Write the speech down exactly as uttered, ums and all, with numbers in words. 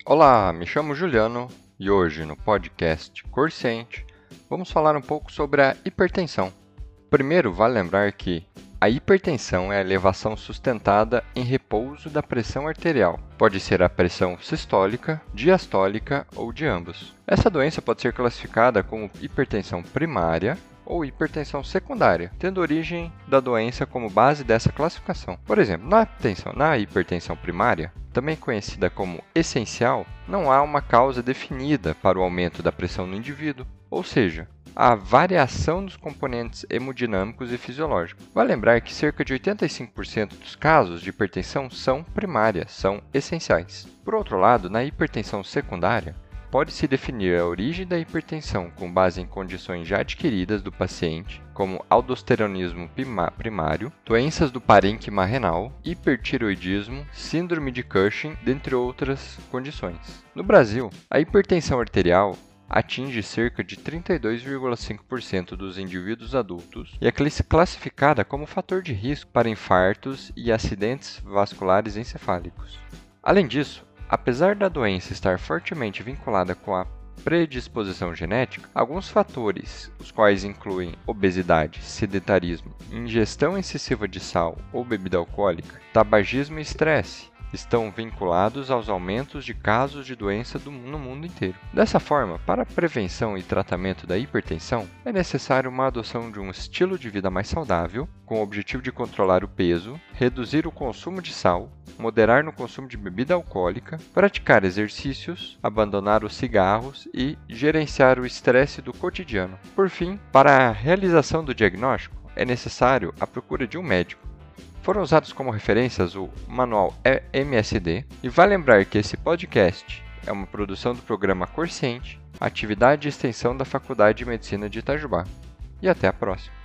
Olá, me chamo Juliano e hoje no podcast Consciente vamos falar um pouco sobre a hipertensão. Primeiro, vale lembrar que a hipertensão é a elevação sustentada em repouso da pressão arterial. Pode ser a pressão sistólica, diastólica ou de ambos. Essa doença pode ser classificada como hipertensão primária ou hipertensão secundária, tendo origem da doença como base dessa classificação. Por exemplo, na hipertensão, na hipertensão primária, também conhecida como essencial, não há uma causa definida para o aumento da pressão no indivíduo, ou seja, há variação dos componentes hemodinâmicos e fisiológicos. Vale lembrar que cerca de oitenta e cinco por cento dos casos de hipertensão são primárias, são essenciais. Por outro lado, na hipertensão secundária, pode-se definir a origem da hipertensão com base em condições já adquiridas do paciente, como aldosteronismo primário, doenças do parênquima renal, hipertireoidismo, síndrome de Cushing, dentre outras condições. No Brasil, a hipertensão arterial atinge cerca de trinta e dois vírgula cinco por cento dos indivíduos adultos e é classificada como fator de risco para infartos e acidentes vasculares encefálicos. Além disso, apesar da doença estar fortemente vinculada com a predisposição genética, alguns fatores, os quais incluem obesidade, sedentarismo, ingestão excessiva de sal ou bebida alcoólica, tabagismo e estresse, estão vinculados aos aumentos de casos de doença do, no mundo inteiro. Dessa forma, para a prevenção e tratamento da hipertensão, é necessário uma adoção de um estilo de vida mais saudável, com o objetivo de controlar o peso, reduzir o consumo de sal, moderar no consumo de bebida alcoólica, praticar exercícios, abandonar os cigarros e gerenciar o estresse do cotidiano. Por fim, para a realização do diagnóstico, é necessário a procura de um médico. Foram usados como referências o Manual M S D, e vale lembrar que esse podcast é uma produção do programa Consciente, atividade de extensão da Faculdade de Medicina de Itajubá. E até a próxima!